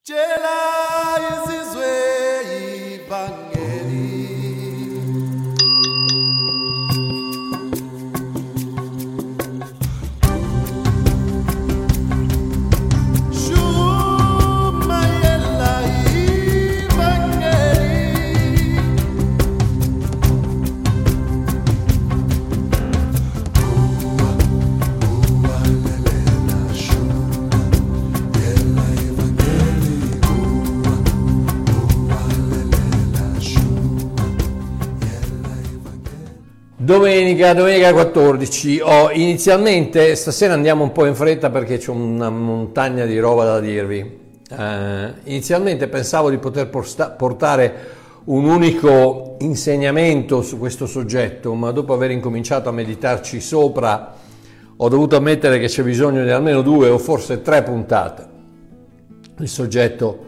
Domenica 14. Inizialmente stasera andiamo un po' in fretta perché c'è una montagna di roba da dirvi. Inizialmente pensavo di poter portare un unico insegnamento su questo soggetto, ma dopo aver incominciato a meditarci sopra ho dovuto ammettere che c'è bisogno di almeno 2 o forse 3 puntate. Il soggetto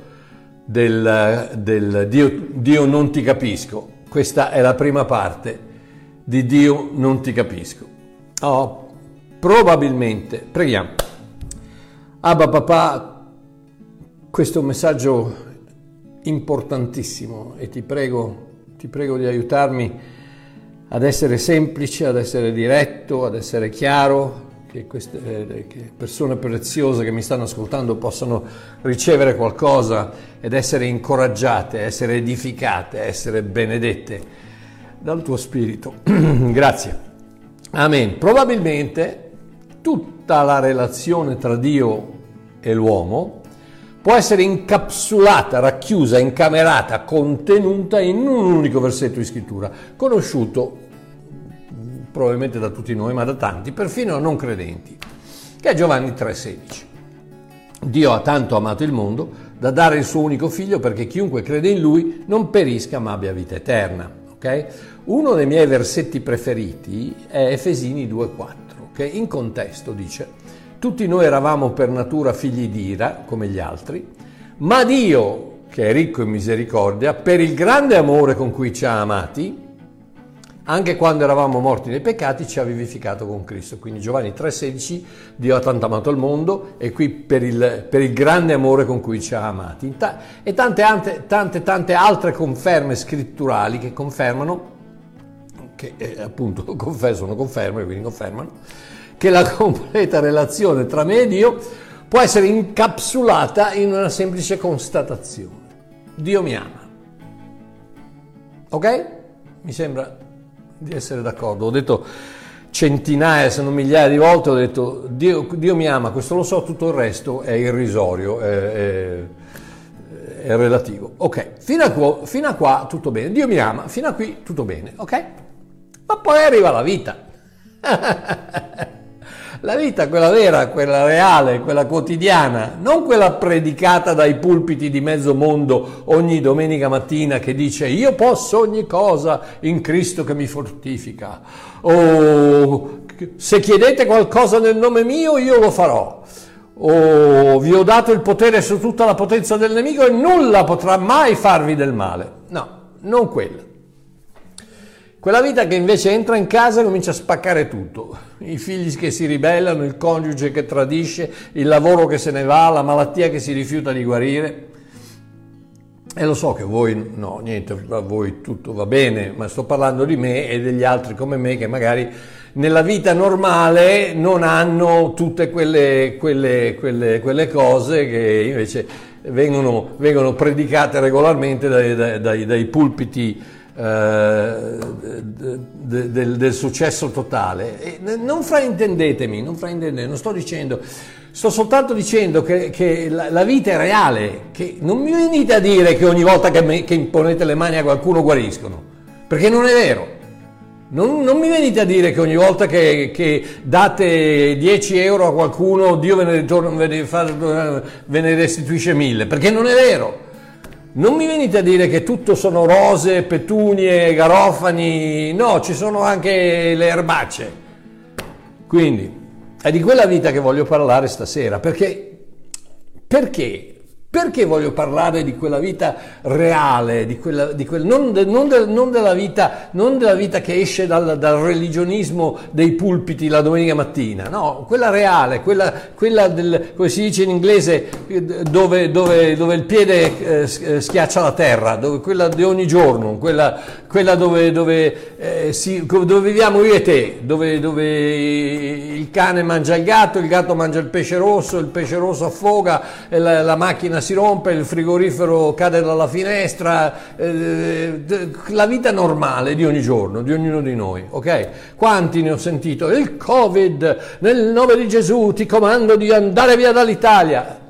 del Dio non ti capisco. Questa è la prima parte di Dio non ti capisco. Probabilmente, preghiamo. Abba papà, questo è un messaggio importantissimo e ti prego di aiutarmi ad essere semplice, ad essere diretto, ad essere chiaro, che queste che persone preziose che mi stanno ascoltando possano ricevere qualcosa ed essere incoraggiate, essere edificate, essere benedette dal tuo spirito. Grazie. Amen. Probabilmente tutta la relazione tra Dio e l'uomo può essere incapsulata, racchiusa, incamerata, contenuta in un unico versetto di scrittura, conosciuto probabilmente da tutti noi, ma da tanti, perfino non credenti, che è Giovanni 3,16. Dio ha tanto amato il mondo da dare il suo unico figlio perché chiunque crede in lui non perisca ma abbia vita eterna. Okay? Uno dei miei versetti preferiti è Efesini 2,4, che in contesto dice: tutti noi eravamo per natura figli di ira come gli altri, ma Dio, che è ricco in misericordia, per il grande amore con cui ci ha amati, anche quando eravamo morti nei peccati, ci ha vivificato con Cristo. Quindi Giovanni 3,16, Dio ha tanto amato il mondo, e qui per il grande amore con cui ci ha amati. E tante altre conferme scritturali che confermano, che appunto sono conferme, quindi confermano, che la completa relazione tra me e Dio può essere incapsulata in una semplice constatazione: Dio mi ama. Ok? Mi sembra di essere d'accordo. Ho detto centinaia, se non migliaia di volte, ho detto Dio mi ama, questo lo so, tutto il resto è irrisorio, è relativo. Ok, fino a qua tutto bene. Dio mi ama, fino a qui tutto bene, ok? Ma poi arriva la vita. La vita, quella vera, quella reale, quella quotidiana, non quella predicata dai pulpiti di mezzo mondo ogni domenica mattina che dice io posso ogni cosa in Cristo che mi fortifica, o se chiedete qualcosa nel nome mio io lo farò, o vi ho dato il potere su tutta la potenza del nemico e nulla potrà mai farvi del male. No, non quella. Quella vita che invece entra in casa e comincia a spaccare tutto, i figli che si ribellano, il coniuge che tradisce, il lavoro che se ne va, la malattia che si rifiuta di guarire. E lo so che voi, no, niente, a voi tutto va bene, ma sto parlando di me e degli altri come me che magari nella vita normale non hanno tutte quelle cose che invece vengono predicate regolarmente dai pulpiti del successo totale. E non fraintendetemi, non sto soltanto dicendo che la vita è reale, che non mi venite a dire che ogni volta che imponete le mani a qualcuno guariscono, perché non è vero. Non mi venite a dire che ogni volta che date 10 euro a qualcuno Dio ve ne restituisce 1000, perché non è vero. Non mi venite a dire che tutto sono rose, petunie, garofani, no, ci sono anche le erbacce. Quindi è di quella vita che voglio parlare stasera, perché Perché voglio parlare di quella vita reale, non della vita che esce dal religionismo dei pulpiti la domenica mattina, no, quella reale, quella come si dice in inglese, dove il piede schiaccia la terra, quella di ogni giorno, quella dove viviamo io e te, dove il cane mangia il gatto mangia il pesce rosso affoga, la macchina si rompe, il frigorifero cade dalla finestra, la vita normale di ogni giorno, di ognuno di noi, ok? Quanti ne ho sentito? Il Covid, nel nome di Gesù ti comando di andare via dall'Italia.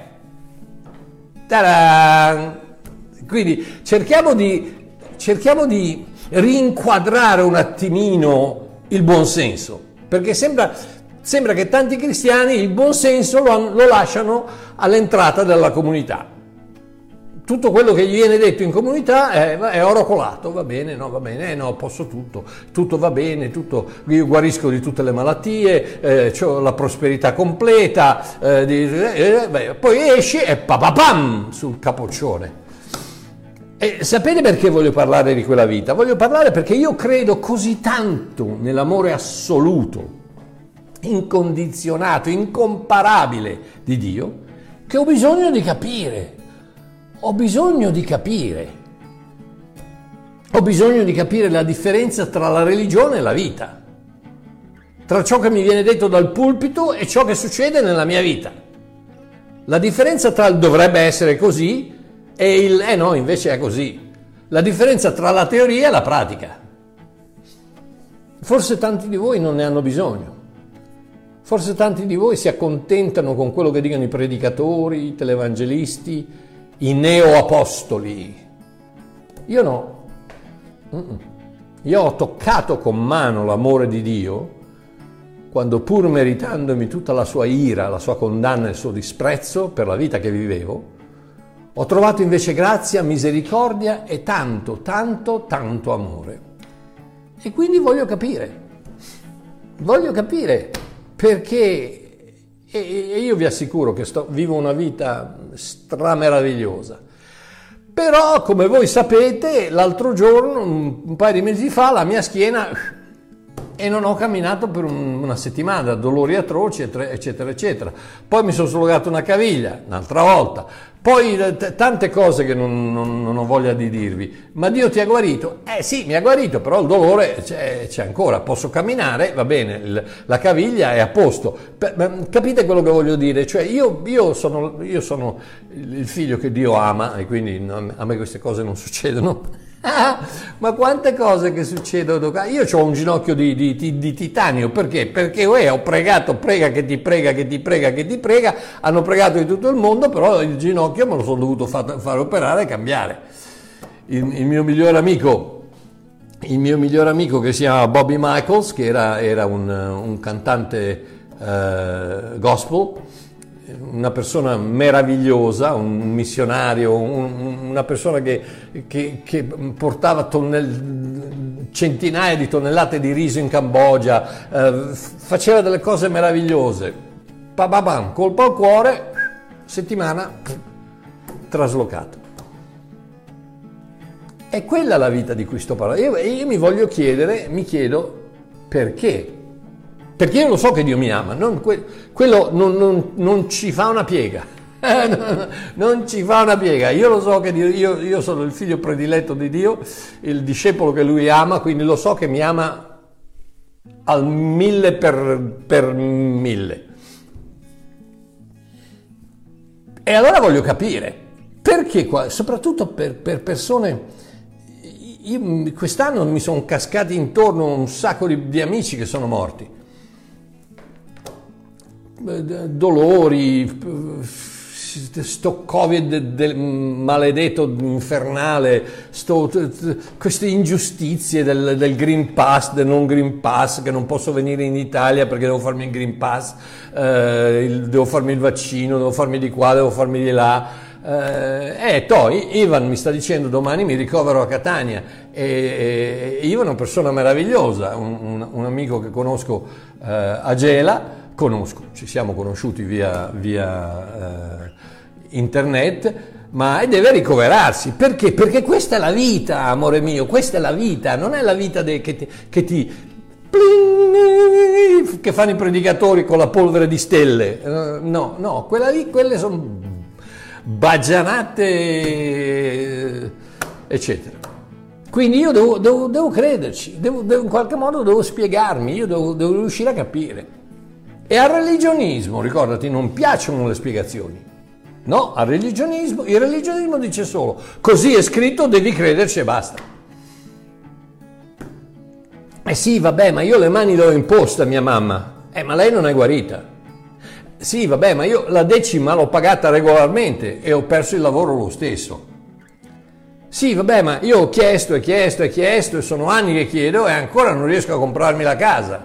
Ta-da! Quindi cerchiamo di rinquadrare un attimino il buonsenso, perché sembra che tanti cristiani il buonsenso lo lasciano all'entrata della comunità. Tutto quello che gli viene detto in comunità è oro colato, va bene, no, va bene, no, posso tutto va bene, io guarisco di tutte le malattie, ho la prosperità completa, poi esci e papapam sul capoccione. E sapete perché voglio parlare di quella vita? Voglio parlare perché io credo così tanto nell'amore assoluto, incondizionato, incomparabile di Dio, che ho bisogno di capire la differenza tra la religione e la vita, tra ciò che mi viene detto dal pulpito e ciò che succede nella mia vita, la differenza tra il dovrebbe essere così e il no, invece è così, la differenza tra la teoria e la pratica. Forse tanti di voi non ne hanno bisogno. Forse tanti di voi si accontentano con quello che dicono i predicatori, i televangelisti, i neoapostoli. Io no. Io ho toccato con mano l'amore di Dio quando, pur meritandomi tutta la sua ira, la sua condanna e il suo disprezzo per la vita che vivevo, ho trovato invece grazia, misericordia e tanto amore. E quindi voglio capire perché, e io vi assicuro che vivo una vita strameravigliosa, però come voi sapete l'altro giorno, un paio di mesi fa, la mia schiena, e non ho camminato per una settimana, dolori atroci, eccetera eccetera. Poi mi sono slogato una caviglia un'altra volta, poi tante cose che non ho voglia di dirvi. Ma Dio ti ha guarito? Sì, mi ha guarito, però il dolore c'è ancora, posso camminare, va bene, la caviglia è a posto. Capite quello che voglio dire? Cioè io sono il figlio che Dio ama, e quindi a me queste cose non succedono. Ma quante cose che succedono. Io ho un ginocchio di titanio, perché? Perché ho pregato, prega che ti prega, hanno pregato di tutto il mondo, però il ginocchio me lo sono dovuto fare operare e cambiare. Il mio migliore amico che si chiama Bobby Michaels, che era un cantante gospel, una persona meravigliosa, un missionario, una persona che portava centinaia di tonnellate di riso in Cambogia, faceva delle cose meravigliose. Colpo al cuore, settimana traslocato. È quella la vita di cui sto parlando. Io mi chiedo perché. Perché io lo so che Dio mi ama, quello non ci fa una piega, non ci fa una piega. Io lo so che io sono il figlio prediletto di Dio, il discepolo che Lui ama, quindi lo so che mi ama al 1000 per 1000. E allora voglio capire, perché soprattutto per persone. Io quest'anno mi sono cascati intorno un sacco di amici che sono morti. Dolori, sto Covid maledetto infernale, queste ingiustizie del Green Pass, del non Green Pass, che non posso venire in Italia perché devo farmi il Green Pass, devo farmi il vaccino, devo farmi di qua, devo farmi di là. Ivan mi sta dicendo domani mi ricovero a Catania, e Ivan è una persona meravigliosa, un amico che conosco a Gela. Ci siamo conosciuti via internet, ma deve ricoverarsi. Perché? Perché questa è la vita, amore mio, questa è la vita, non è la vita che fanno i predicatori con la polvere di stelle. No, quelle sono baggianate, eccetera. Quindi io devo crederci, in qualche modo devo spiegarmi, io devo riuscire a capire. E al religionismo, ricordati, non piacciono le spiegazioni. No, il religionismo dice solo, così è scritto, devi crederci e basta. Sì, vabbè, ma io le mani le ho imposte a mia mamma. Ma lei non è guarita. Sì, vabbè, ma io la decima l'ho pagata regolarmente e ho perso il lavoro lo stesso. Sì, vabbè, ma io ho chiesto e sono anni che chiedo e ancora non riesco a comprarmi la casa.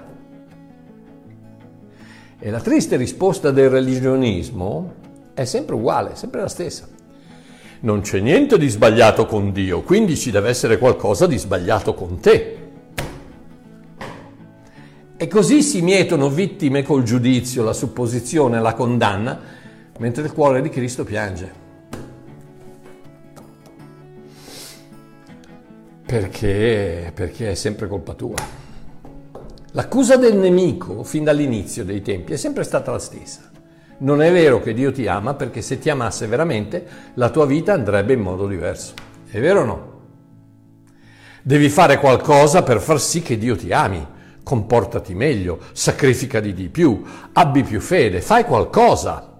E la triste risposta del religionismo è sempre uguale, sempre la stessa. Non c'è niente di sbagliato con Dio, quindi ci deve essere qualcosa di sbagliato con te. E così si mietono vittime col giudizio, la supposizione, la condanna, mentre il cuore di Cristo piange. Perché è sempre colpa tua. L'accusa del nemico, fin dall'inizio dei tempi, è sempre stata la stessa. Non è vero che Dio ti ama, perché se ti amasse veramente, la tua vita andrebbe in modo diverso. È vero o no? Devi fare qualcosa per far sì che Dio ti ami. Comportati meglio, sacrificati di più, abbi più fede, fai qualcosa.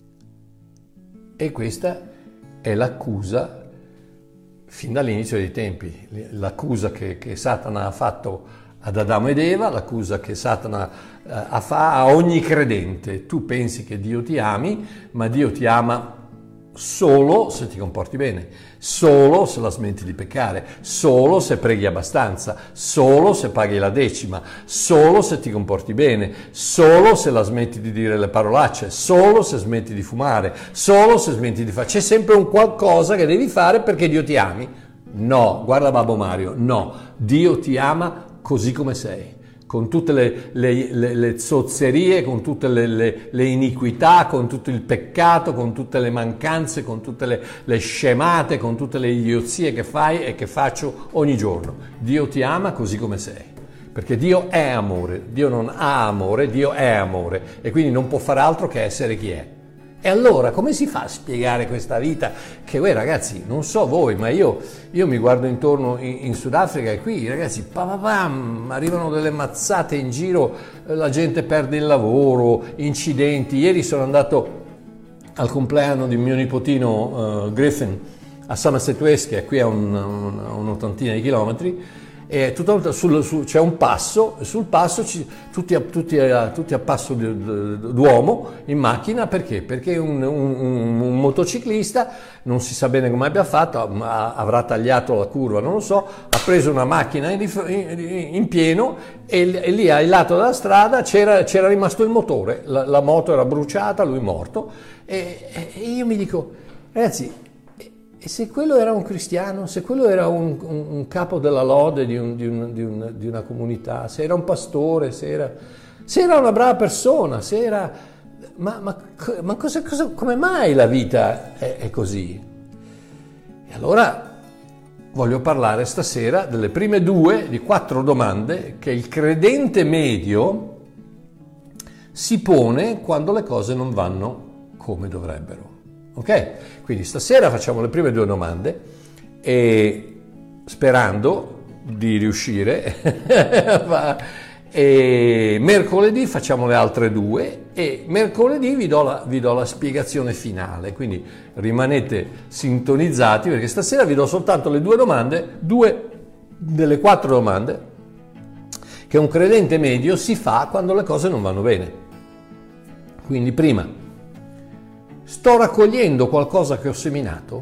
E questa è l'accusa fin dall'inizio dei tempi, l'accusa che Satana ha fatto ad Adamo ed Eva, l'accusa che Satana fa a ogni credente. Tu pensi che Dio ti ami, ma Dio ti ama solo se ti comporti bene, solo se la smetti di peccare, solo se preghi abbastanza, solo se paghi la decima, solo se ti comporti bene, solo se la smetti di dire le parolacce, solo se smetti di fumare, solo se smetti di fare. C'è sempre un qualcosa che devi fare perché Dio ti ami. No, guarda Babbo Mario, no, Dio ti ama così come sei, con tutte le zozzerie, con tutte le iniquità, con tutto il peccato, con tutte le mancanze, con tutte le scemate, con tutte le idiozie che fai e che faccio ogni giorno. Dio ti ama così come sei, perché Dio è amore, Dio non ha amore, Dio è amore e quindi non può fare altro che essere chi è. E allora come si fa a spiegare questa vita che voi ragazzi, non so voi, ma io mi guardo intorno in Sudafrica e qui ragazzi arrivano delle mazzate in giro, la gente perde il lavoro, incidenti. Ieri sono andato al compleanno di mio nipotino Griffin a Somerset West, che è qui a un'ottantina di chilometri, e c'è un passo, e sul passo tutti a passo d'uomo in macchina. Perché? Perché un motociclista, non si sa bene come abbia fatto, avrà tagliato la curva, non lo so, ha preso una macchina in pieno e lì al lato della strada c'era rimasto il motore, la moto era bruciata, lui morto, e io mi dico, ragazzi, e se quello era un cristiano, se quello era un capo della lode di una comunità, se era un pastore, se era una brava persona, se era... Ma come mai la vita è così? E allora voglio parlare stasera delle prime 2 di 4 domande che il credente medio si pone quando le cose non vanno come dovrebbero. Ok? Quindi stasera facciamo le prime 2 domande e sperando di riuscire e mercoledì facciamo le altre 2 e mercoledì vi do la spiegazione finale, quindi rimanete sintonizzati perché stasera vi do soltanto le 2 domande, 2 delle 4 domande che un credente medio si fa quando le cose non vanno bene. Quindi prima, sto raccogliendo qualcosa che ho seminato?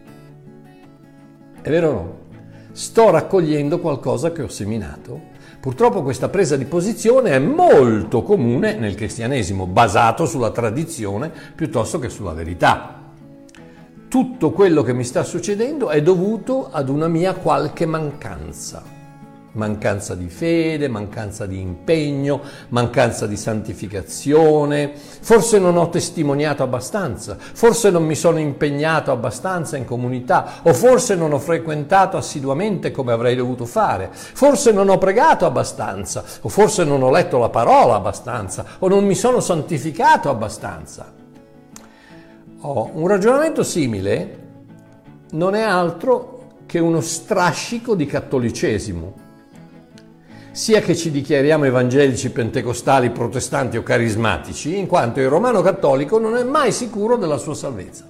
È vero o no? Sto raccogliendo qualcosa che ho seminato? Purtroppo questa presa di posizione è molto comune nel cristianesimo, basato sulla tradizione piuttosto che sulla verità. Tutto quello che mi sta succedendo è dovuto ad una mia qualche mancanza. mancanza di fede, mancanza di impegno, mancanza di santificazione, forse non ho testimoniato abbastanza, forse non mi sono impegnato abbastanza in comunità, o forse non ho frequentato assiduamente come avrei dovuto fare, forse non ho pregato abbastanza, o forse non ho letto la parola abbastanza, o non mi sono santificato abbastanza. Un ragionamento simile non è altro che uno strascico di cattolicesimo. Sia che ci dichiariamo evangelici, pentecostali, protestanti o carismatici, in quanto il romano cattolico non è mai sicuro della sua salvezza.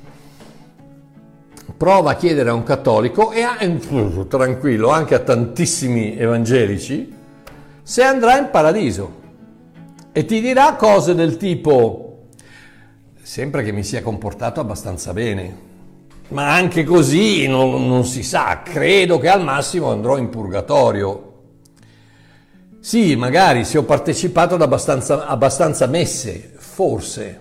Prova a chiedere a un cattolico, e tranquillo, anche a tantissimi evangelici, se andrà in paradiso. E ti dirà cose del tipo: sempre che mi sia comportato abbastanza bene, ma anche così non si sa, credo che al massimo andrò in purgatorio. Sì, magari se ho partecipato ad abbastanza messe, forse.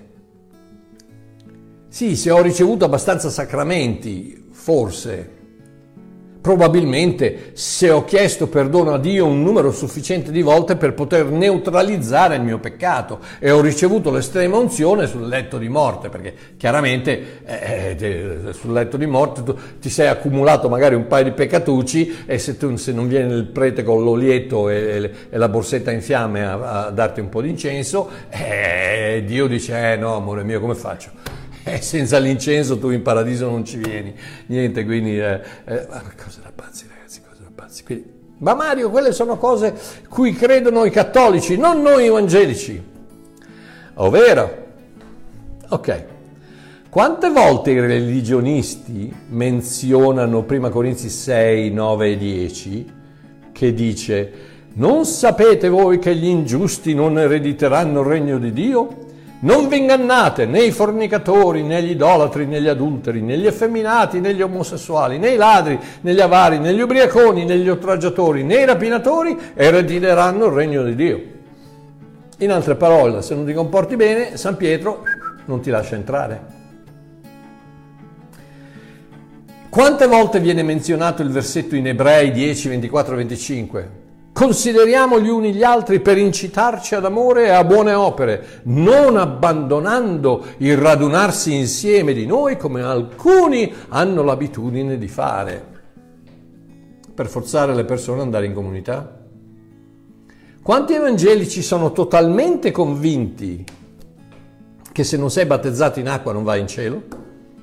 Sì, se ho ricevuto abbastanza sacramenti, forse. Probabilmente se ho chiesto perdono a Dio un numero sufficiente di volte per poter neutralizzare il mio peccato e ho ricevuto l'estrema unzione sul letto di morte, perché chiaramente sul letto di morte tu ti sei accumulato magari un paio di peccatucci, e se non viene il prete con l'olietto e la borsetta in fiamme a darti un po' di incenso, Dio dice no amore mio, come faccio? Senza l'incenso tu in paradiso non ci vieni, niente, quindi cose da pazzi ragazzi, cose da pazzi. Quindi, ma Mario, quelle sono cose cui credono i cattolici, non noi evangelici. Ovvero? Ok. Quante volte i religionisti menzionano 1 Corinzi 6, 9 e 10 che dice: non sapete voi che gli ingiusti non erediteranno il regno di Dio? Non vi ingannate, né i fornicatori, né gli idolatri, né gli adulteri, né gli effeminati, né gli omosessuali, né i ladri, né gli avari, né gli ubriaconi, né gli oltraggiatori, né i rapinatori erediteranno il regno di Dio. In altre parole, se non ti comporti bene, San Pietro non ti lascia entrare. Quante volte viene menzionato il versetto in Ebrei 10, 24, 25? Consideriamo gli uni gli altri per incitarci ad amore e a buone opere, non abbandonando il radunarsi insieme di noi come alcuni hanno l'abitudine di fare, per forzare le persone ad andare in comunità. Quanti evangelici sono totalmente convinti che se non sei battezzato in acqua non vai in cielo?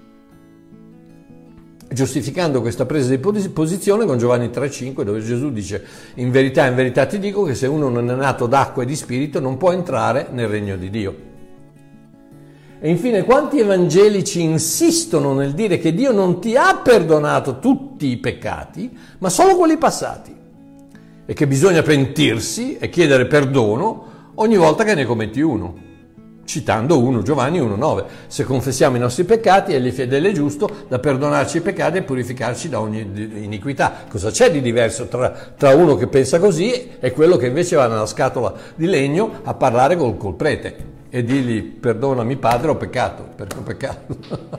Giustificando questa presa di posizione con Giovanni 3,5, dove Gesù dice: in verità ti dico che se uno non è nato d'acqua e di spirito non può entrare nel regno di Dio. E infine, quanti evangelici insistono nel dire che Dio non ti ha perdonato tutti i peccati, ma solo quelli passati, e che bisogna pentirsi e chiedere perdono ogni volta che ne commetti uno, citando 1 Giovanni 1,9: se confessiamo i nostri peccati, egli è fedele e giusto da perdonarci i peccati e purificarci da ogni iniquità. Cosa c'è di diverso tra uno che pensa così e quello che invece va nella scatola di legno a parlare col prete e dirgli: perdonami padre, ho peccato, perché ho peccato.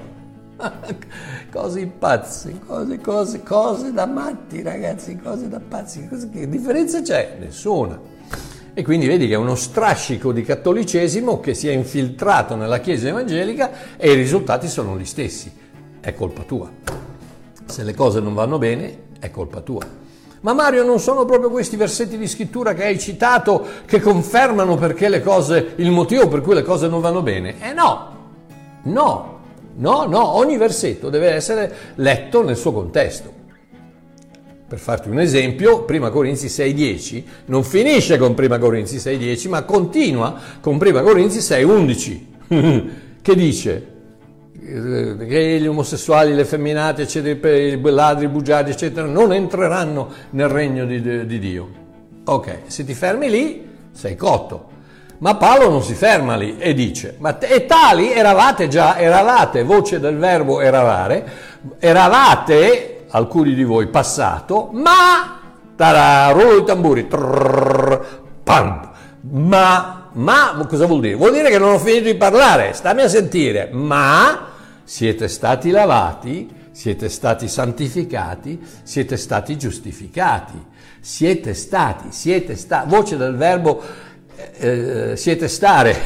Cose pazzi, cose da matti ragazzi, cose da pazzi. Che differenza c'è? Nessuna. E quindi vedi che è uno strascico di cattolicesimo che si è infiltrato nella Chiesa evangelica e i risultati sono gli stessi. È colpa tua. Se le cose non vanno bene, è colpa tua. Ma Mario, non sono proprio questi versetti di scrittura che hai citato che confermano perché il motivo per cui le cose non vanno bene? No, ogni versetto deve essere letto nel suo contesto. Per farti un esempio, 1 Corinzi 6,10 non finisce con 1 Corinzi 6,10, ma continua con 1 Corinzi 6,11, che dice che gli omosessuali, le effeminate, eccetera, i ladri, i bugiardi, eccetera, non entreranno nel regno di Dio. Ok, se ti fermi lì, sei cotto. Ma Paolo non si ferma lì e dice: e tali eravate, voce del verbo eravate alcuni di voi passato, ma rullo di tamburi, pam, ma cosa vuol dire? Vuol dire che non ho finito di parlare, stammi a sentire. Ma siete stati lavati, siete stati santificati, siete stati giustificati, siete stati, voce del verbo siete stare,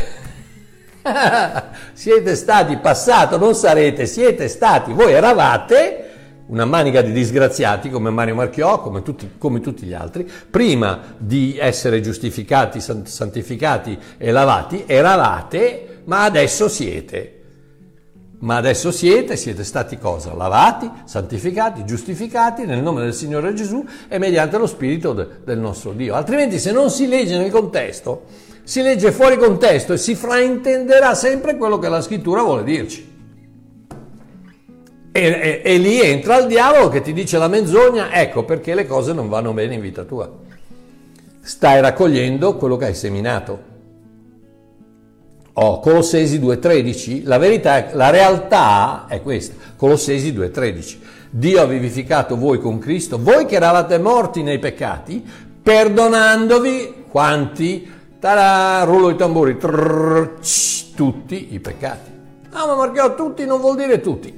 siete stati, passato, non sarete, siete stati, voi eravate una manica di disgraziati come Mario Marchiò, come tutti gli altri, prima di essere giustificati, santificati e lavati, eravate, ma adesso siete. Ma adesso siete stati cosa? Lavati, santificati, giustificati nel nome del Signore Gesù e mediante lo Spirito del nostro Dio. Altrimenti, se non si legge nel contesto, si legge fuori contesto e si fraintenderà sempre quello che la Scrittura vuole dirci. E lì entra il diavolo che ti dice la menzogna, ecco perché le cose non vanno bene in vita tua. Stai raccogliendo quello che hai seminato. Colossesi 2,13, la verità, la realtà è questa, Colossesi 2,13, Dio ha vivificato voi con Cristo, voi che eravate morti nei peccati, perdonandovi quanti, rullo i tamburi, tutti i peccati. Ma Marchiò, tutti non vuol dire tutti.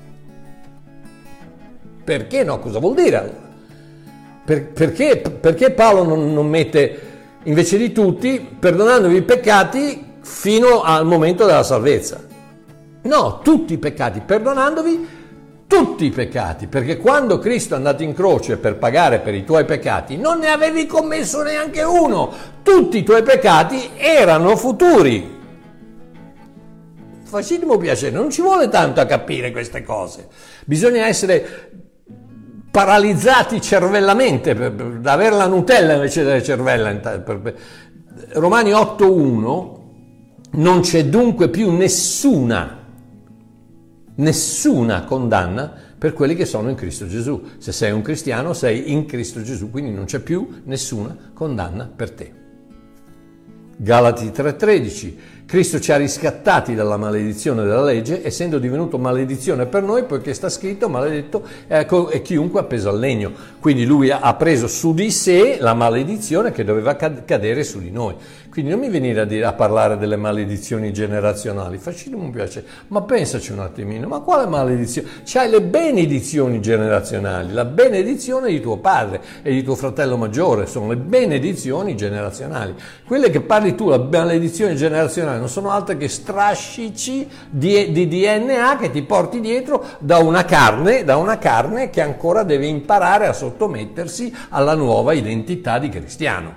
Perché no? Cosa vuol dire allora? Perché Paolo non mette, invece di tutti, perdonandovi i peccati, fino al momento della salvezza? No, tutti i peccati, perdonandovi tutti i peccati, perché quando Cristo è andato in croce per pagare per i tuoi peccati non ne avevi commesso neanche uno, tutti i tuoi peccati erano futuri. Facciamo piacere, non ci vuole tanto a capire queste cose, bisogna essere paralizzati cervellamente per avere la Nutella invece delle cervella. Romani 8,1, non c'è dunque più nessuna condanna per quelli che sono in Cristo Gesù. Se sei un cristiano sei in Cristo Gesù, quindi non c'è più nessuna condanna per te. Galati 3,13, Cristo ci ha riscattati dalla maledizione della legge, essendo divenuto maledizione per noi, poiché sta scritto, maledetto è chiunque appeso al legno. Quindi lui ha preso su di sé la maledizione che doveva cadere su di noi. Quindi non mi venire a parlare delle maledizioni generazionali, facciamo un piacere, ma pensaci un attimino, ma quale maledizione? C'hai le benedizioni generazionali, la benedizione di tuo padre e di tuo fratello maggiore, sono le benedizioni generazionali. Quelle che parli tu, la maledizione generazionale, non sono altre che strascici di DNA che ti porti dietro da una carne che ancora deve imparare a sottomettersi alla nuova identità di cristiano.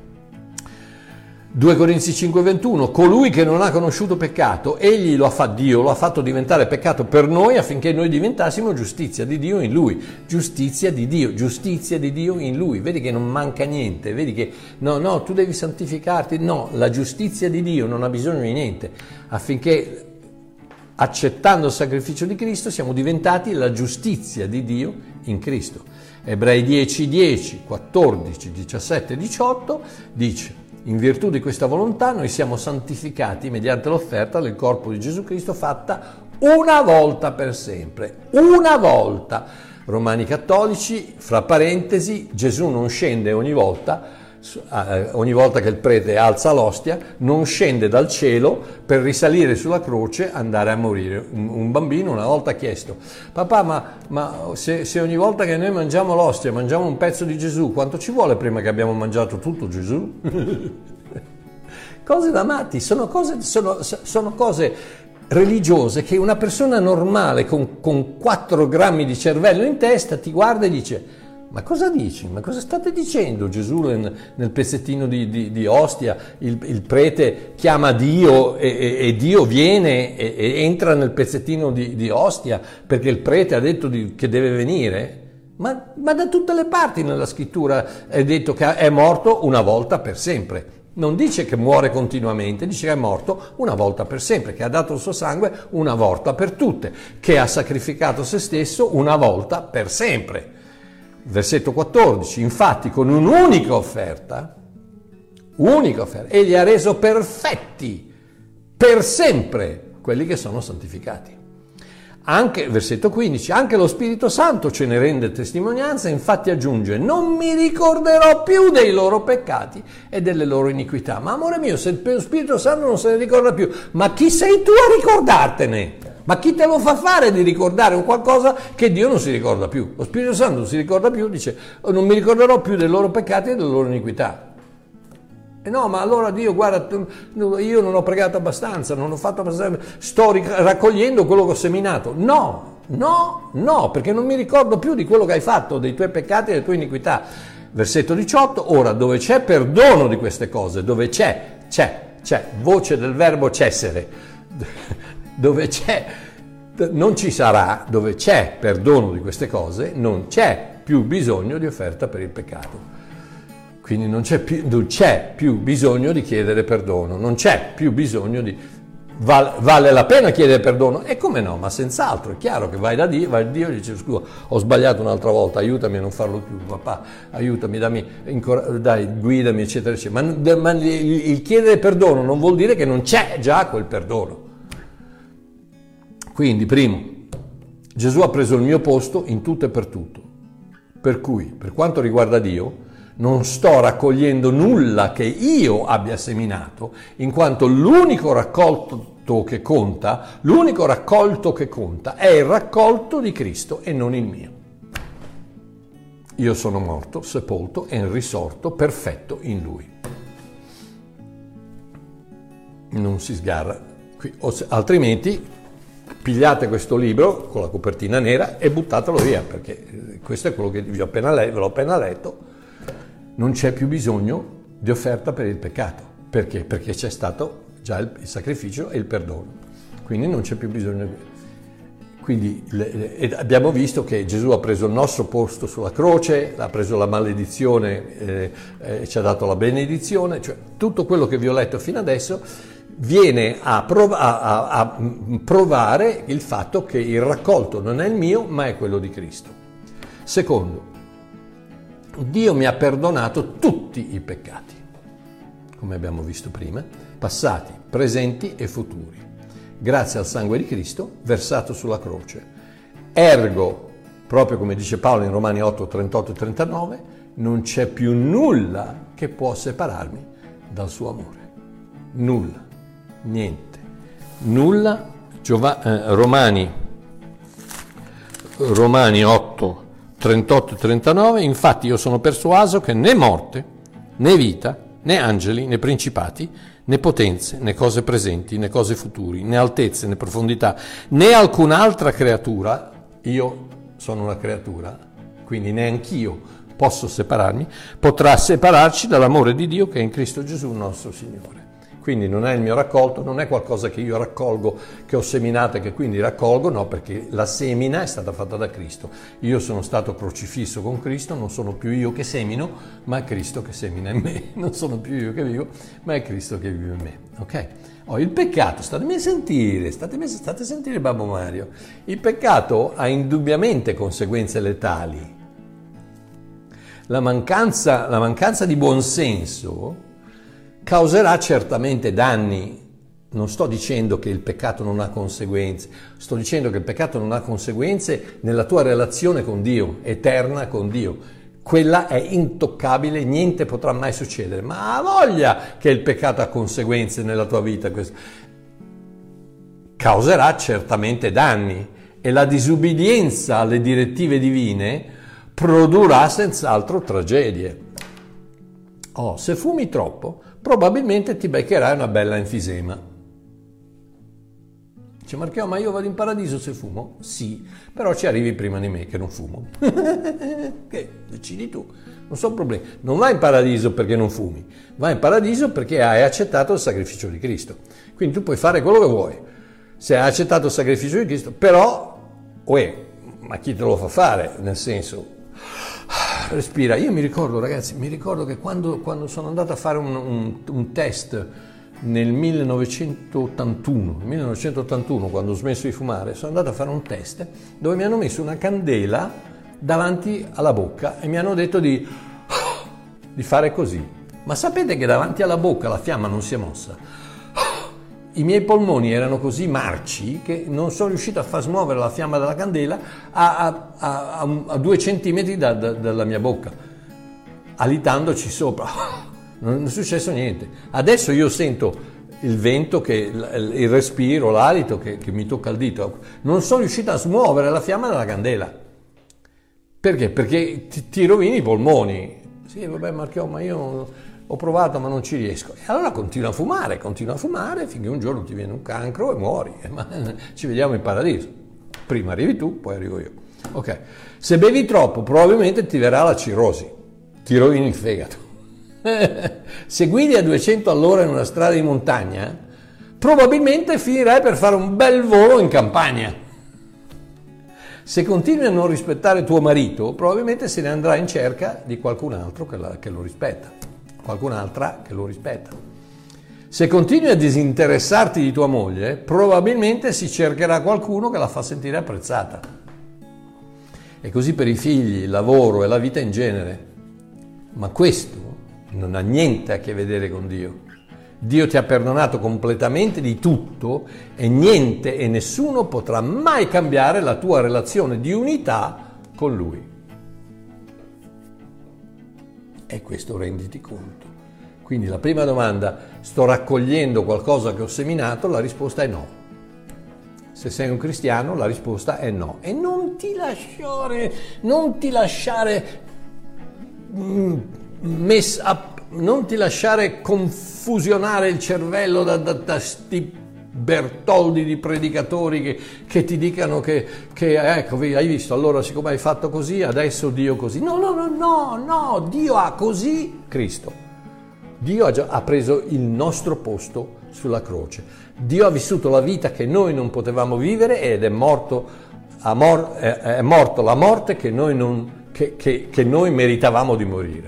2 Corinzi 5,21, colui che non ha conosciuto peccato, egli Dio lo ha fatto diventare peccato per noi affinché noi diventassimo giustizia di Dio in lui. Giustizia di Dio in lui. Vedi che non manca niente, vedi che no, tu devi santificarti. No, la giustizia di Dio non ha bisogno di niente, affinché accettando il sacrificio di Cristo siamo diventati la giustizia di Dio in Cristo. Ebrei 10, 14, 17, 18 dice: in virtù di questa volontà noi siamo santificati mediante l'offerta del corpo di Gesù Cristo fatta una volta per sempre. Una volta. Romani cattolici, fra parentesi, Gesù non scende ogni volta che il prete alza l'ostia, non scende dal cielo per risalire sulla croce, andare a morire. Un bambino una volta ha chiesto: papà, ma se ogni volta che noi mangiamo l'ostia mangiamo un pezzo di Gesù, quanto ci vuole prima che abbiamo mangiato tutto Gesù? Cose da matti, sono cose religiose che una persona normale con 4 grammi di cervello in testa ti guarda e dice: ma cosa dici? Ma cosa state dicendo? Gesù nel pezzettino di ostia, il prete chiama Dio e Dio viene e entra nel pezzettino di ostia perché il prete ha detto che deve venire? Ma da tutte le parti nella scrittura è detto che è morto una volta per sempre. Non dice che muore continuamente, dice che è morto una volta per sempre, che ha dato il suo sangue una volta per tutte, che ha sacrificato se stesso una volta per sempre. Versetto 14, infatti con un'unica offerta, egli ha reso perfetti per sempre quelli che sono santificati. Anche, versetto 15, anche lo Spirito Santo ce ne rende testimonianza, infatti aggiunge: non mi ricorderò più dei loro peccati e delle loro iniquità. Ma amore mio, se lo Spirito Santo non se ne ricorda più, ma chi sei tu a ricordartene? Ma chi te lo fa fare di ricordare un qualcosa che Dio non si ricorda più? Lo Spirito Santo non si ricorda più, dice: non mi ricorderò più dei loro peccati e delle loro iniquità. E no, ma allora Dio, guarda, io non ho pregato abbastanza, non ho fatto abbastanza, sto raccogliendo quello che ho seminato. No, perché non mi ricordo più di quello che hai fatto, dei tuoi peccati e delle tue iniquità. Versetto 18, ora dove c'è perdono di queste cose, dove c'è, voce del verbo cessere, dove c'è, non ci sarà, dove c'è perdono di queste cose, non c'è più bisogno di offerta per il peccato. Quindi non c'è più bisogno di chiedere perdono, non c'è più bisogno di... Vale la pena chiedere perdono? E come no? Ma senz'altro, è chiaro che vai a Dio e dici: scusa, ho sbagliato un'altra volta, aiutami a non farlo più, papà, aiutami, dai, guidami, eccetera, eccetera. Ma il chiedere perdono non vuol dire che non c'è già quel perdono. Quindi, primo, Gesù ha preso il mio posto in tutto e per tutto. Per cui, per quanto riguarda Dio, non sto raccogliendo nulla che io abbia seminato, in quanto l'unico raccolto che conta è il raccolto di Cristo e non il mio. Io sono morto, sepolto e risorto perfetto in Lui. Non si sgarra. Altrimenti pigliate questo libro con la copertina nera e buttatelo via, perché questo è quello che ve l'ho appena letto. Non c'è più bisogno di offerta per il peccato. Perché? Perché c'è stato già il sacrificio e il perdono. Quindi non c'è più bisogno di... Quindi abbiamo visto che Gesù ha preso il nostro posto sulla croce, ha preso la maledizione, ci ha dato la benedizione, cioè tutto quello che vi ho letto fino adesso viene a provare il fatto che il raccolto non è il mio, ma è quello di Cristo. Secondo, Dio mi ha perdonato tutti i peccati, come abbiamo visto prima, passati, presenti e futuri, grazie al sangue di Cristo versato sulla croce. Ergo, proprio come dice Paolo in Romani 8, 38 e 39, non c'è più nulla che può separarmi dal suo amore. Nulla, niente, nulla. Romani 8, 38 e 39, infatti io sono persuaso che né morte, né vita, né angeli, né principati, né potenze, né cose presenti, né cose futuri, né altezze, né profondità, né alcun'altra creatura, io sono una creatura, quindi neanch'io posso separarmi, potrà separarci dall'amore di Dio che è in Cristo Gesù nostro Signore. Quindi non è il mio raccolto, non è qualcosa che io raccolgo, che ho seminato e che quindi raccolgo, no, perché la semina è stata fatta da Cristo. Io sono stato crocifisso con Cristo, non sono più io che semino, ma è Cristo che semina in me. Non sono più io che vivo, ma è Cristo che vive in me. Ok? Il peccato, state a sentire Babbo Mario, il peccato ha indubbiamente conseguenze letali. La mancanza di buonsenso causerà certamente danni. Non sto dicendo che il peccato non ha conseguenze, sto dicendo che il peccato non ha conseguenze nella tua relazione con Dio, eterna con Dio. Quella è intoccabile, niente potrà mai succedere, ma ha voglia che il peccato ha conseguenze nella tua vita. Causerà certamente danni e la disubbidienza alle direttive divine produrrà senz'altro tragedie. Se fumi troppo, probabilmente ti beccherai una bella enfisema. Dice Marchio, ma io vado in paradiso se fumo? Sì, però ci arrivi prima di me che non fumo. Che decidi tu, non sono problemi. Non vai in paradiso perché non fumi, vai in paradiso perché hai accettato il sacrificio di Cristo. Quindi tu puoi fare quello che vuoi. Se hai accettato il sacrificio di Cristo, però, ma chi te lo fa fare? Nel senso... Respira. Io mi ricordo, ragazzi, che quando sono andato a fare un test nel 1981, quando ho smesso di fumare, sono andato a fare un test dove mi hanno messo una candela davanti alla bocca e mi hanno detto di fare così. Ma sapete che davanti alla bocca la fiamma non si è mossa? I miei polmoni erano così marci che non sono riuscito a far smuovere la fiamma della candela a 2 centimetri dalla mia bocca, alitandoci sopra. Non è successo niente. Adesso io sento il vento, il respiro, l'alito che mi tocca il dito. Non sono riuscito a smuovere la fiamma della candela. Perché? Perché ti rovini i polmoni. Sì, vabbè Marchio, ma io ho provato ma non ci riesco. E allora continua a fumare finché un giorno ti viene un cancro e muori. Ma ci vediamo in paradiso. Prima arrivi tu, poi arrivo io. Ok. Se bevi troppo probabilmente ti verrà la cirrosi, ti rovini il fegato. Se guidi a 200 all'ora in una strada di montagna, probabilmente finirai per fare un bel volo in campagna. Se continui a non rispettare tuo marito, probabilmente se ne andrà in cerca di qualcun altro che lo rispetta, qualcun'altra che lo rispetta. Se continui a disinteressarti di tua moglie, probabilmente si cercherà qualcuno che la fa sentire apprezzata. E così per i figli, il lavoro e la vita in genere. Ma questo non ha niente a che vedere con Dio. Dio ti ha perdonato completamente di tutto e niente e nessuno potrà mai cambiare la tua relazione di unità con Lui. E questo renditi conto. Quindi la prima domanda, sto raccogliendo qualcosa che ho seminato? La risposta è no. Se sei un cristiano, la risposta è no. E non ti lasciare confusionare il cervello da sti Bertoldi di predicatori che ti dicano che ecco, hai visto, allora siccome hai fatto così, adesso Dio così. No, Dio ha così Cristo. Dio ha preso il nostro posto sulla croce. Dio ha vissuto la vita che noi non potevamo vivere ed è morto la morte che noi meritavamo di morire.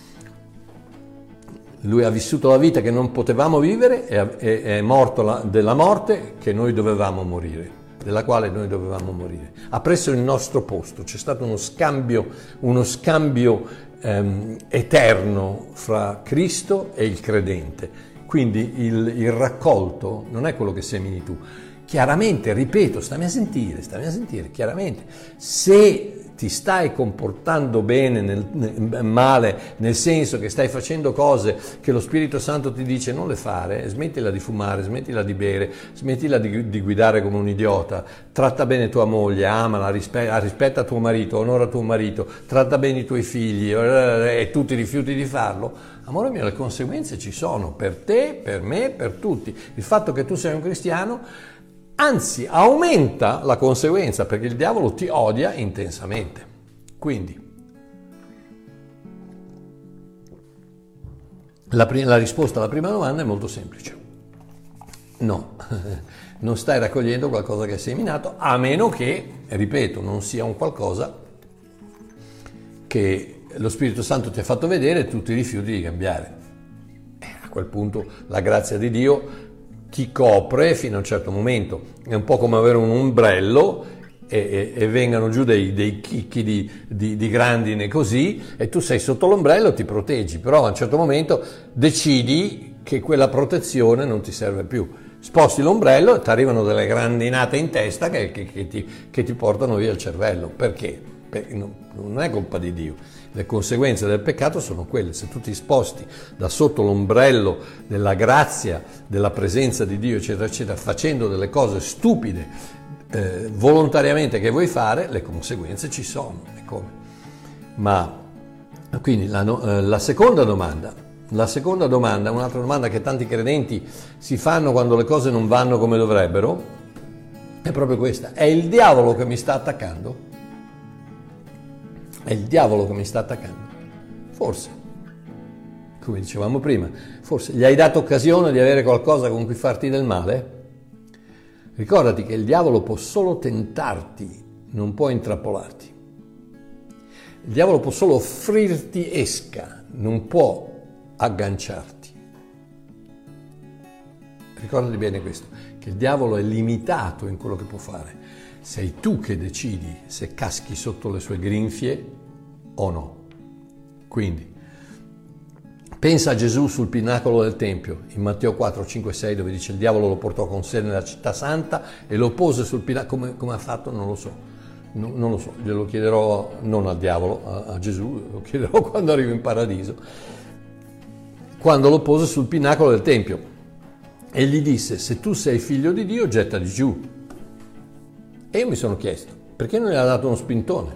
Lui ha vissuto la vita che non potevamo vivere e è morto della morte che noi dovevamo morire, della quale noi dovevamo morire. Ha preso il nostro posto, c'è stato uno scambio eterno fra Cristo e il credente. Quindi il raccolto non è quello che semini tu. Chiaramente, ripeto, stammi a sentire, chiaramente, se ti stai comportando bene, male, nel senso che stai facendo cose che lo Spirito Santo ti dice non le fare, smettila di fumare, smettila di bere, smettila di guidare come un idiota, tratta bene tua moglie, amala, rispetta tuo marito, onora tuo marito, tratta bene i tuoi figli e tu ti rifiuti di farlo, amore mio, le conseguenze ci sono per te, per me, per tutti. Il fatto che tu sei un cristiano anzi aumenta la conseguenza, perché il diavolo ti odia intensamente. Quindi la risposta alla prima domanda è molto semplice. No, non stai raccogliendo qualcosa che hai seminato, a meno che, ripeto, non sia un qualcosa che lo Spirito Santo ti ha fatto vedere e tu ti rifiuti di cambiare. A quel punto la grazia di Dio ti copre fino a un certo momento. È un po' come avere un ombrello e vengano giù dei chicchi di grandine così e tu sei sotto l'ombrello, ti proteggi, però a un certo momento decidi che quella protezione non ti serve più. Sposti l'ombrello e ti arrivano delle grandinate in testa che ti portano via il cervello. Perché? Non è colpa di Dio. Le conseguenze del peccato sono quelle. Se tu ti sposti da sotto l'ombrello della grazia, della presenza di Dio, eccetera, eccetera, facendo delle cose stupide volontariamente che vuoi fare, le conseguenze ci sono. E come? Ma quindi la seconda domanda, un'altra domanda che tanti credenti si fanno quando le cose non vanno come dovrebbero, è proprio questa: è il diavolo che mi sta attaccando? È il diavolo che mi sta attaccando? Forse, come dicevamo prima, forse gli hai dato occasione di avere qualcosa con cui farti del male? Ricordati che il diavolo può solo tentarti, non può intrappolarti. Il diavolo può solo offrirti esca, non può agganciarti. Ricordati bene questo, che il diavolo è limitato in quello che può fare. Sei tu che decidi se caschi sotto le sue grinfie o no. Quindi, pensa a Gesù sul pinacolo del Tempio, in Matteo 4, 5, 6, dove dice il diavolo lo portò con sé nella città santa e lo pose sul pinacolo. Come ha fatto? Non lo so. Non lo so, glielo chiederò non al diavolo, a Gesù, lo chiederò quando arrivo in paradiso. Quando lo pose sul pinacolo del Tempio. e gli disse: se tu sei figlio di Dio, gettati giù. E io mi sono chiesto, perché non gli ha dato uno spintone?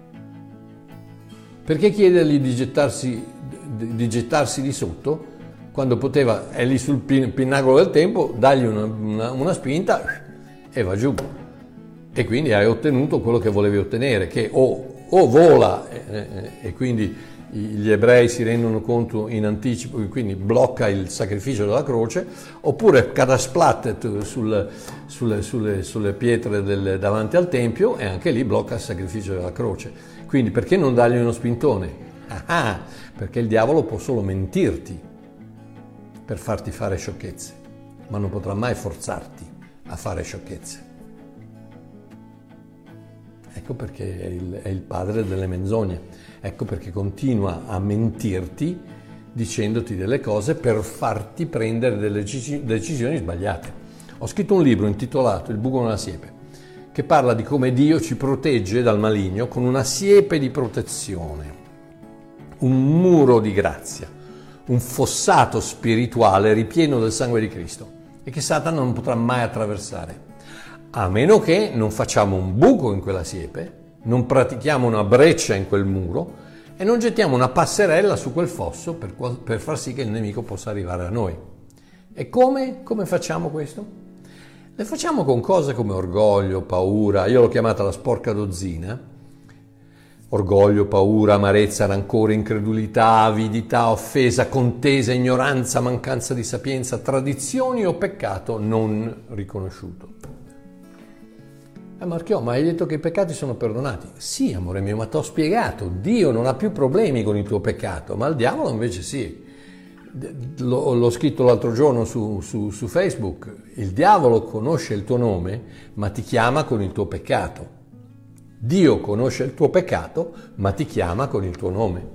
Perché chiedergli di gettarsi di sotto quando poteva, è lì sul pinnacolo del tempo, dargli una spinta e va giù. E quindi hai ottenuto quello che volevi ottenere, che o vola e quindi gli ebrei si rendono conto in anticipo e quindi blocca il sacrificio della croce, oppure cadasplattet sulle pietre davanti al Tempio e anche lì blocca il sacrificio della croce. Quindi perché non dargli uno spintone? Perché il diavolo può solo mentirti per farti fare sciocchezze, ma non potrà mai forzarti a fare sciocchezze. Ecco perché è il padre delle menzogne, ecco perché continua a mentirti dicendoti delle cose per farti prendere delle decisioni sbagliate. Ho scritto un libro intitolato Il buco nella siepe, che parla di come Dio ci protegge dal maligno con una siepe di protezione, un muro di grazia, un fossato spirituale ripieno del sangue di Cristo e che Satana non potrà mai attraversare. A meno che non facciamo un buco in quella siepe, non pratichiamo una breccia in quel muro e non gettiamo una passerella su quel fosso per far sì che il nemico possa arrivare a noi. E come facciamo questo? Le facciamo con cose come orgoglio, paura, io l'ho chiamata la sporca dozzina. Orgoglio, paura, amarezza, rancore, incredulità, avidità, offesa, contesa, ignoranza, mancanza di sapienza, tradizioni o peccato non riconosciuto. Marchiò, ma hai detto che i peccati sono perdonati? Sì, amore mio, ma ti ho spiegato, Dio non ha più problemi con il tuo peccato, ma il diavolo invece sì. L'ho scritto l'altro giorno su Facebook, il diavolo conosce il tuo nome, ma ti chiama con il tuo peccato. Dio conosce il tuo peccato, ma ti chiama con il tuo nome.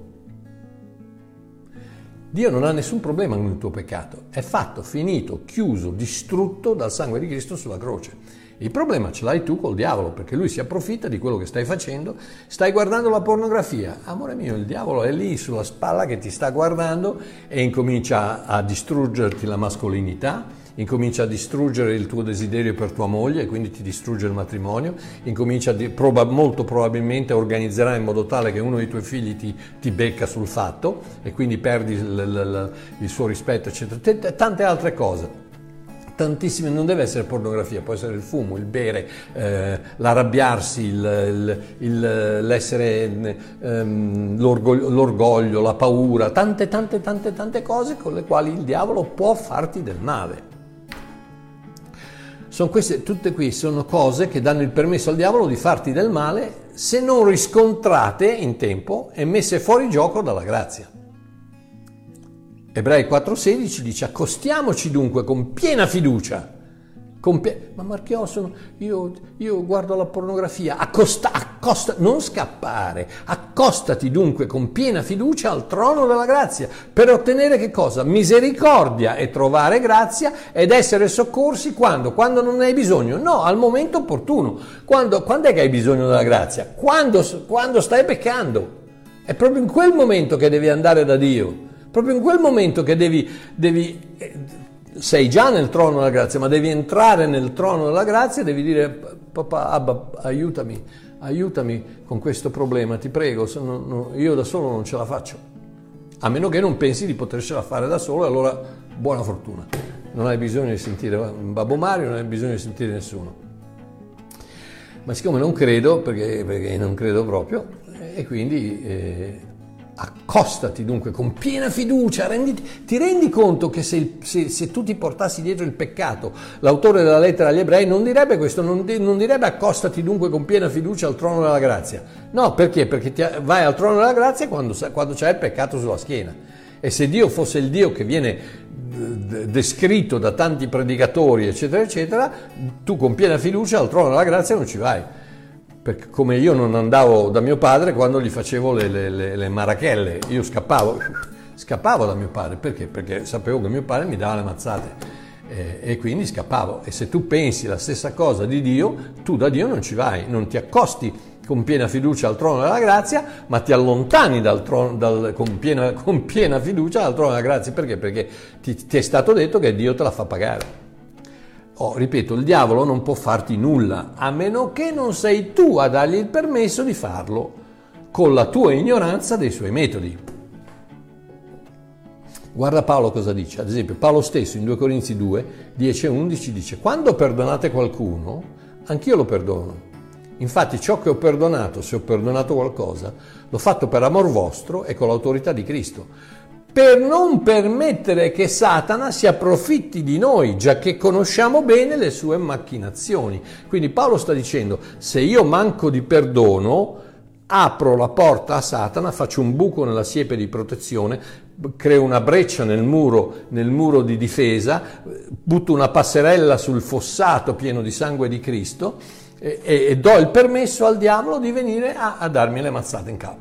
Dio non ha nessun problema con il tuo peccato, è fatto, finito, chiuso, distrutto dal sangue di Cristo sulla croce. Il problema ce l'hai tu col diavolo, perché lui si approfitta di quello che stai facendo, stai guardando la pornografia. Amore mio, il diavolo è lì sulla spalla che ti sta guardando e incomincia a distruggerti la mascolinità, incomincia a distruggere il tuo desiderio per tua moglie e quindi ti distrugge il matrimonio, incomincia molto probabilmente organizzerà in modo tale che uno dei tuoi figli ti becca sul fatto e quindi perdi il suo rispetto, eccetera, tante altre cose. Tantissime, non deve essere pornografia, può essere il fumo, il bere, l'arrabbiarsi, l'essere, l'orgoglio, la paura, tante cose con le quali il diavolo può farti del male. Tutte qui sono cose che danno il permesso al diavolo di farti del male se non riscontrate in tempo e messe fuori gioco dalla grazia. Ebrei 4,16 dice: accostiamoci dunque con piena fiducia. Ma Marchiò, io guardo la pornografia. Accosta, non scappare. Accostati dunque con piena fiducia al trono della grazia per ottenere che cosa? Misericordia e trovare grazia ed essere soccorsi quando? Quando non ne hai bisogno? No, al momento opportuno. Quando è che hai bisogno della grazia? Quando stai peccando. È proprio in quel momento che devi andare da Dio. Proprio in quel momento che sei già nel trono della grazia, ma devi entrare nel trono della grazia e devi dire: papà, Abba, aiutami con questo problema, ti prego, io da solo non ce la faccio. A meno che non pensi di potercela fare da solo, allora buona fortuna. Non hai bisogno di sentire Babbo Mario, non hai bisogno di sentire nessuno. Ma siccome non credo, perché non credo proprio, e quindi... accostati dunque con piena fiducia, ti rendi conto che se tu ti portassi dietro il peccato, l'autore della lettera agli ebrei non direbbe questo, non direbbe accostati dunque con piena fiducia al trono della grazia. No, perché? Perché vai al trono della grazia quando c'è il peccato sulla schiena. E se Dio fosse il Dio che viene descritto da tanti predicatori, eccetera, eccetera, tu con piena fiducia al trono della grazia non ci vai. Perché come io non andavo da mio padre quando gli facevo le marachelle, io scappavo da mio padre. Perché? Perché sapevo che mio padre mi dava le mazzate e quindi scappavo. E se tu pensi la stessa cosa di Dio, tu da Dio non ci vai, non ti accosti con piena fiducia al trono della grazia, ma ti allontani con piena fiducia dal trono della grazia. Perché? Perché ti è stato detto che Dio te la fa pagare. Ripeto, il diavolo non può farti nulla, a meno che non sei tu a dargli il permesso di farlo con la tua ignoranza dei suoi metodi. Guarda Paolo cosa dice. Ad esempio, Paolo stesso in 2 Corinzi 2, 10 e 11 dice: quando perdonate qualcuno, anch'io lo perdono. Infatti ciò che ho perdonato, se ho perdonato qualcosa, l'ho fatto per amor vostro e con l'autorità di Cristo, per non permettere che Satana si approfitti di noi, giacché conosciamo bene le sue macchinazioni. Quindi Paolo sta dicendo: se io manco di perdono, apro la porta a Satana, faccio un buco nella siepe di protezione, creo una breccia nel muro di difesa, butto una passerella sul fossato pieno di sangue di Cristo e do il permesso al diavolo di venire a darmi le mazzate in capo.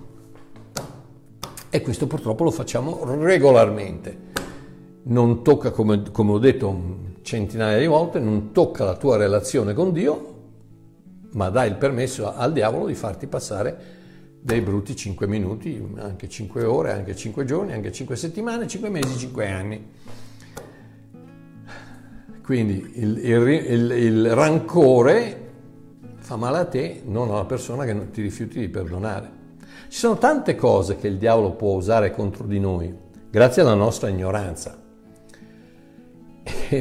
E questo purtroppo lo facciamo regolarmente. Non tocca, come ho detto centinaia di volte, non tocca la tua relazione con Dio, ma dai il permesso al diavolo di farti passare dei brutti 5 minuti, anche 5 ore, anche 5 giorni, anche 5 settimane, 5 mesi, 5 anni. Quindi il rancore fa male a te, non alla persona che non ti rifiuti di perdonare. Ci sono tante cose che il diavolo può usare contro di noi, grazie alla nostra ignoranza. E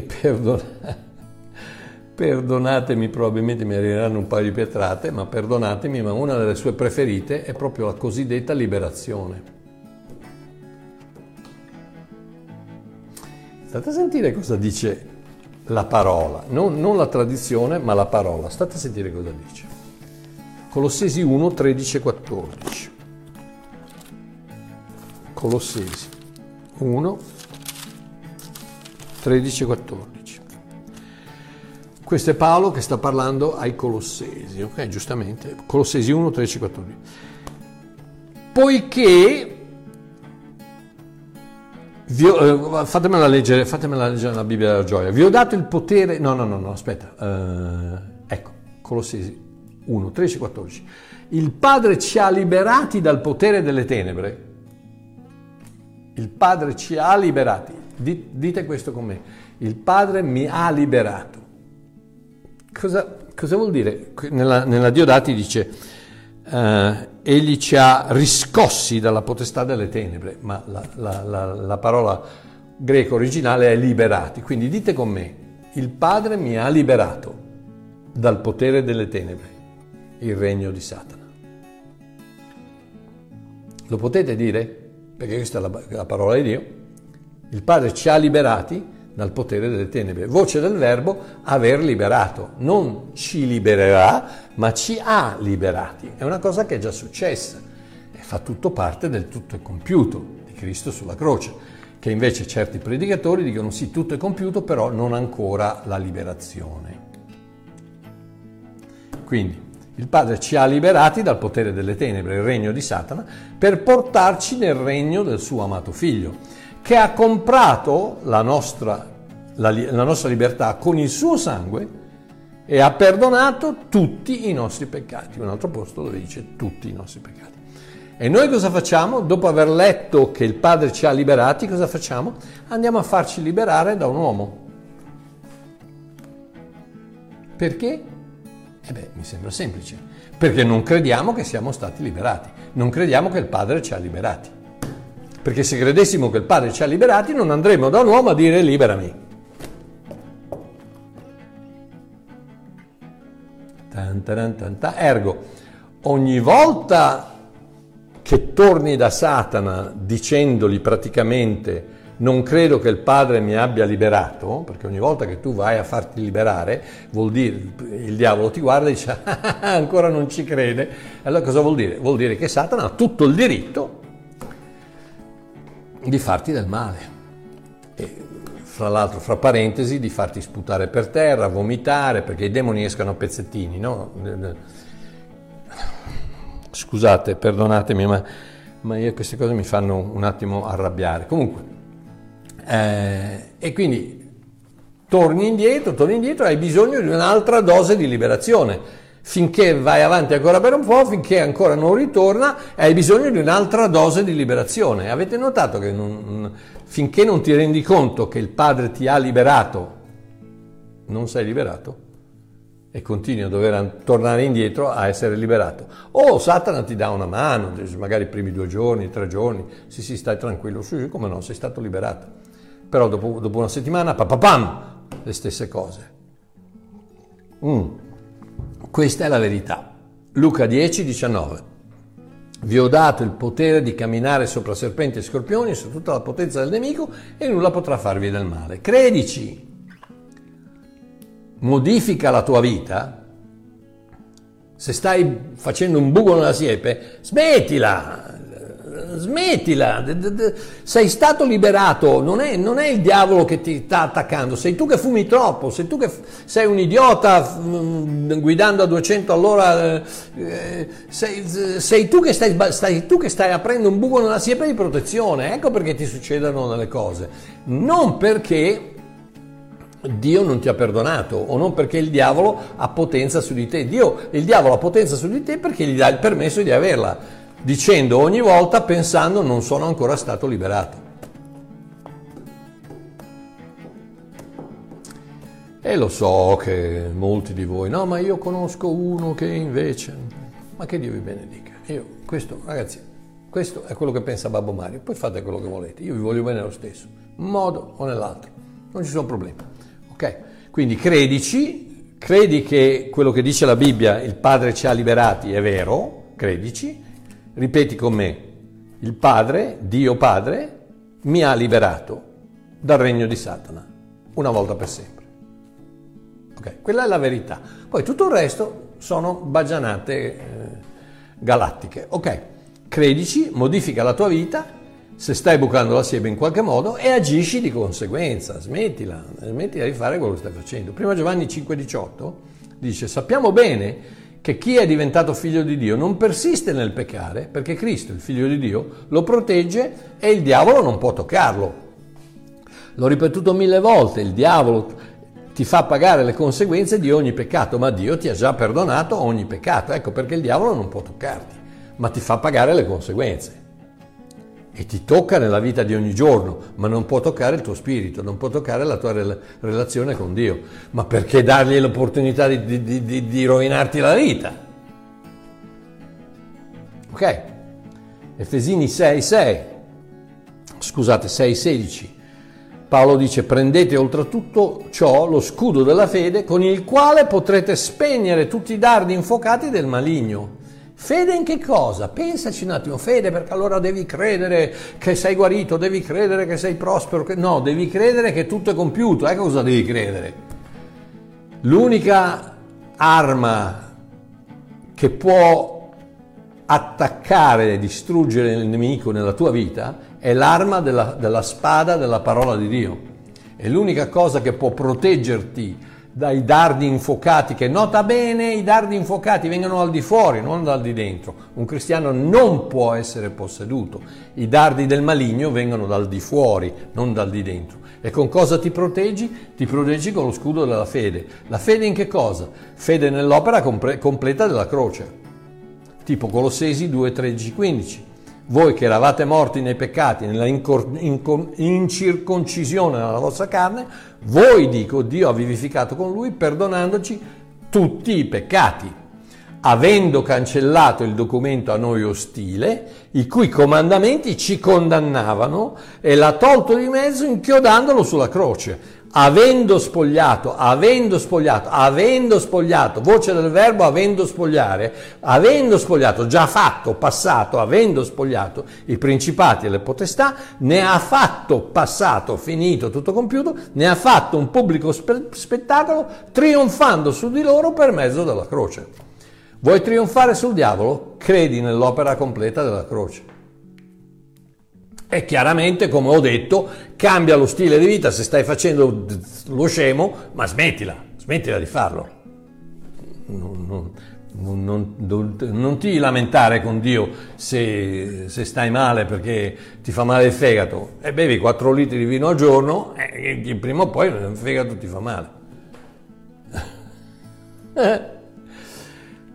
perdonatemi, probabilmente mi arriveranno un paio di pietrate, ma perdonatemi, ma una delle sue preferite è proprio la cosiddetta liberazione. State a sentire cosa dice la parola, non la tradizione, ma la parola. State a sentire cosa dice. Colossesi 1, 13 e 14. Colossesi 1, 13 e 14. Questo è Paolo che sta parlando ai Colossesi, ok? Giustamente, Colossesi 1, 13 e 14. Poiché fatemela leggere nella Bibbia della Gioia. Vi ho dato il potere. No, aspetta. Ecco, Colossesi 1, 13, 14. Il Padre ci ha liberati dal potere delle tenebre. Il Padre ci ha liberati. Dite questo con me. Il Padre mi ha liberato. Cosa vuol dire? Nella Diodati dice egli ci ha riscossi dalla potestà delle tenebre, ma la parola greca originale è liberati. Quindi dite con me: il Padre mi ha liberato dal potere delle tenebre, il regno di Satana. Lo potete dire? Perché questa è la parola di Dio. Il Padre ci ha liberati dal potere delle tenebre. Voce del verbo aver liberato. Non ci libererà, ma ci ha liberati. È una cosa che è già successa. E fa tutto parte del tutto è compiuto di Cristo sulla croce. Che invece certi predicatori dicono sì, tutto è compiuto, però non ancora la liberazione. Quindi il Padre ci ha liberati dal potere delle tenebre, il regno di Satana, per portarci nel regno del suo amato Figlio, che ha comprato la nostra libertà con il suo sangue e ha perdonato tutti i nostri peccati. Un altro posto dove dice tutti i nostri peccati. E noi cosa facciamo? Dopo aver letto che il Padre ci ha liberati, cosa facciamo? Andiamo a farci liberare da un uomo. Perché? Mi sembra semplice. Perché non crediamo che siamo stati liberati. Non crediamo che il Padre ci ha liberati. Perché se credessimo che il Padre ci ha liberati, non andremo da un uomo a dire liberami. Ergo, ogni volta che torni da Satana dicendogli praticamente non credo che il Padre mi abbia liberato, perché ogni volta che tu vai a farti liberare vuol dire, il diavolo ti guarda e dice ancora non ci crede. Allora cosa vuol dire? Vuol dire che Satana ha tutto il diritto di farti del male. E fra l'altro, fra parentesi, di farti sputare per terra, vomitare, perché i demoni escono a pezzettini, no? Scusate, perdonatemi, ma io queste cose mi fanno un attimo arrabbiare. Comunque, e quindi torni indietro, hai bisogno di un'altra dose di liberazione. finché vai avanti ancora per un po', finché ancora non ritorna, hai bisogno di un'altra dose di liberazione. Avete notato che finché non ti rendi conto che il Padre ti ha liberato, non sei liberato e continui a dover tornare indietro a essere liberato. O Satana ti dà una mano, magari i primi 2 giorni, 3 giorni, sì, stai tranquillo, sì, come no, sei stato liberato. Però dopo una settimana, papapam, le stesse cose. Questa è la verità. Luca 10, 19. Vi ho dato il potere di camminare sopra serpenti e scorpioni, su tutta la potenza del nemico, e nulla potrà farvi del male. Credici. Modifica la tua vita. Se stai facendo un buco nella siepe, smettila. Sei stato liberato, non è il diavolo che ti sta attaccando, sei tu che fumi troppo, sei tu che sei un idiota guidando a 200 all'ora, sei tu che stai aprendo un buco nella siepe di protezione. Ecco perché ti succedono delle cose, non perché Dio non ti ha perdonato o non perché il diavolo ha potenza su di te. Il diavolo ha potenza su di te perché gli dà il permesso di averla, dicendo ogni volta, pensando non sono ancora stato liberato. E lo so che molti di voi, no, ma io conosco uno che invece, ma che Dio vi benedica. Ragazzi, questo è quello che pensa Babbo Mario, poi fate quello che volete, io vi voglio bene lo stesso, in un modo o nell'altro, non ci sono problemi, ok? Quindi credi che quello che dice la Bibbia, il Padre ci ha liberati, è vero, credici. Ripeti con me, il Padre, Dio Padre, mi ha liberato dal regno di Satana, una volta per sempre. Ok, quella è la verità. Poi tutto il resto sono baggianate galattiche. Ok, credici, modifica la tua vita, se stai bucando la siepe in qualche modo, e agisci di conseguenza, smettila di fare quello che stai facendo. Prima Giovanni 5,18 dice, sappiamo bene che chi è diventato figlio di Dio non persiste nel peccare, perché Cristo, il figlio di Dio, lo protegge e il diavolo non può toccarlo. L'ho ripetuto 1000 volte, il diavolo ti fa pagare le conseguenze di ogni peccato, ma Dio ti ha già perdonato ogni peccato. Ecco perché il diavolo non può toccarti, ma ti fa pagare le conseguenze. E ti tocca nella vita di ogni giorno, ma non può toccare il tuo spirito, non può toccare la tua relazione con Dio. Ma perché dargli l'opportunità di rovinarti la vita? Ok? Efesini 6,16. Paolo dice, prendete oltretutto ciò lo scudo della fede con il quale potrete spegnere tutti i dardi infuocati del maligno. Fede in che cosa? Pensaci un attimo, fede perché allora devi credere che sei guarito, devi credere che sei prospero, no, devi credere che tutto è compiuto, ecco cosa devi credere. L'unica arma che può attaccare e distruggere il nemico nella tua vita è l'arma della spada della parola di Dio. È l'unica cosa che può proteggerti dai dardi infuocati, che nota bene, i dardi infuocati vengono dal di fuori, non dal di dentro. Un cristiano non può essere posseduto. I dardi del maligno vengono dal di fuori, non dal di dentro. E con cosa ti proteggi? Ti proteggi con lo scudo della fede. La fede in che cosa? Fede nell'opera completa della croce. Tipo Colossesi 2, 13, 15. Voi che eravate morti nei peccati, nella incirconcisione della vostra carne, voi, dico, Dio ha vivificato con lui, perdonandoci tutti i peccati, avendo cancellato il documento a noi ostile, i cui comandamenti ci condannavano, e l'ha tolto di mezzo inchiodandolo sulla croce. Avendo spogliato, voce del verbo avendo spogliato, già fatto, passato, avendo spogliato i principati e le potestà, ne ha fatto, passato, finito, tutto compiuto, ne ha fatto un pubblico spettacolo, trionfando su di loro per mezzo della croce. Vuoi trionfare sul diavolo? Credi nell'opera completa della croce. E chiaramente, come ho detto, cambia lo stile di vita. Se stai facendo lo scemo, ma smettila di farlo. Non ti lamentare con Dio se stai male perché ti fa male il fegato e bevi 4 litri di vino al giorno, e prima o poi il fegato ti fa male.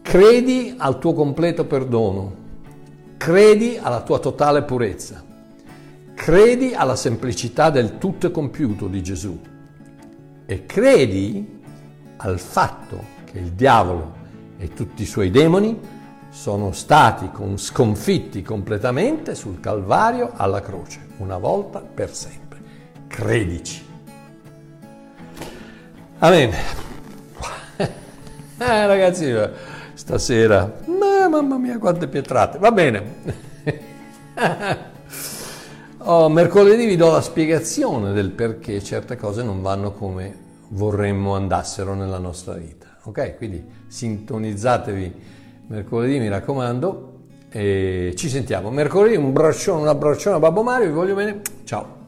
credi al tuo completo perdono, credi alla tua totale purezza, credi alla semplicità del tutto compiuto di Gesù e credi al fatto che il diavolo e tutti i suoi demoni sono stati sconfitti completamente sul Calvario alla croce, una volta per sempre. Credici. Amen. Ragazzi, stasera, mamma mia quante pietrate, va bene. Mercoledì vi do la spiegazione del perché certe cose non vanno come vorremmo andassero nella nostra vita, ok? Quindi sintonizzatevi mercoledì, mi raccomando, e ci sentiamo mercoledì. Un abbraccione a Babbo Mario, vi voglio bene, ciao.